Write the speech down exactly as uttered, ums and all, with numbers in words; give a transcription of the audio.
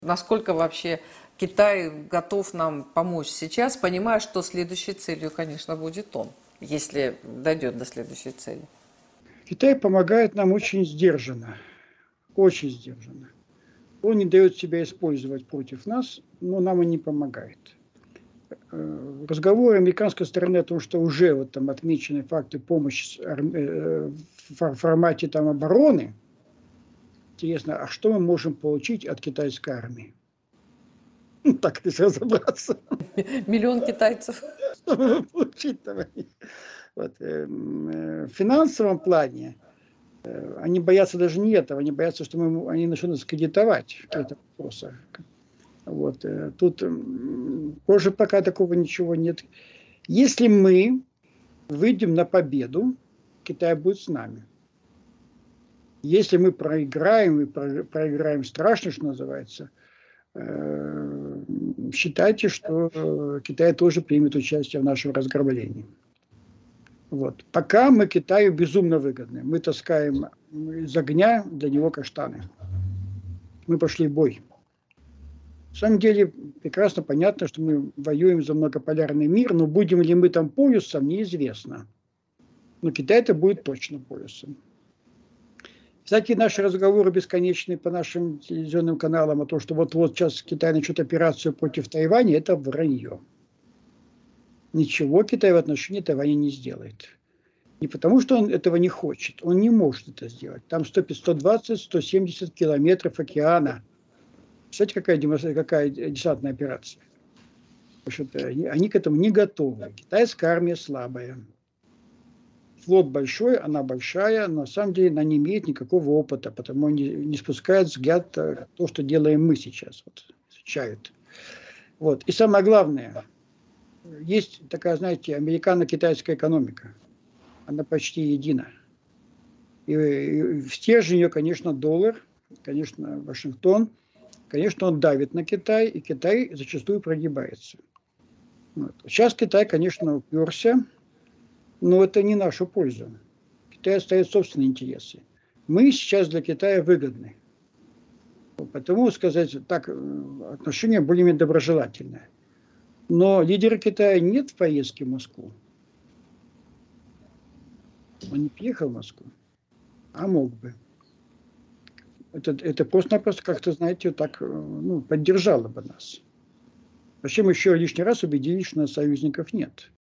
Насколько вообще Китай готов нам помочь сейчас, понимая, что следующей целью, конечно, будет он, если дойдет до следующей цели? Китай помогает нам очень сдержанно, очень сдержанно. Он не дает себя использовать против нас, но нам и не помогает. Разговоры американской стороны о том, что уже вот там отмечены факты помощи в формате там обороны. Интересно, а что мы можем получить от китайской армии? Так если разобраться. Миллион китайцев. Что получить-то? Вот. В финансовом плане они боятся даже не этого, они боятся, что мы, они начнут нас кредитовать в каких-то вопросах. Вот. Тут тоже пока такого ничего нет. Если мы выйдем на победу, Китай будет с нами. Если мы проиграем, и проиграем страшно, что называется, считайте, что Китай тоже примет участие в нашем разграблении. Вот. Пока мы Китаю безумно выгодны. Мы таскаем из огня для него каштаны. Мы пошли в бой. На самом деле прекрасно понятно, что мы воюем за многополярный мир, но будем ли мы там полюсом, неизвестно. Но Китай это будет точно полюсом. Всякие наши разговоры бесконечные по нашим телевизионным каналам о том, что вот-вот сейчас Китай начнет операцию против Тайваня, это вранье. Ничего Китай в отношении Тайваня не сделает. Не потому, что он этого не хочет, он не может это сделать. Там сто двадцать - сто семьдесят километров океана. Представляете, какая, какая десантная операция? Они, они к этому не готовы. Китайская армия слабая. Флот большой, она большая, но на самом деле она не имеет никакого опыта, потому не, не спускает взгляд то, что делаем мы сейчас. Вот, изучают. Вот. И самое главное, есть такая, знаете, американо-китайская экономика. Она почти едина. И, и в стержень ее, конечно, доллар, конечно, Вашингтон, конечно, он давит на Китай, и Китай зачастую прогибается. Вот. Сейчас Китай, конечно, уперся, но это не нашу пользу. Китай отстаёт собственные интересы. Мы сейчас для Китая выгодны. Потому, сказать так, отношения более-менее доброжелательные. Но лидера Китая нет в поездке в Москву. Он не приехал в Москву, а мог бы. Это, это просто-напросто как-то, знаете, так, ну, поддержало бы нас. Зачем еще лишний раз убедились, что у нас союзников нет?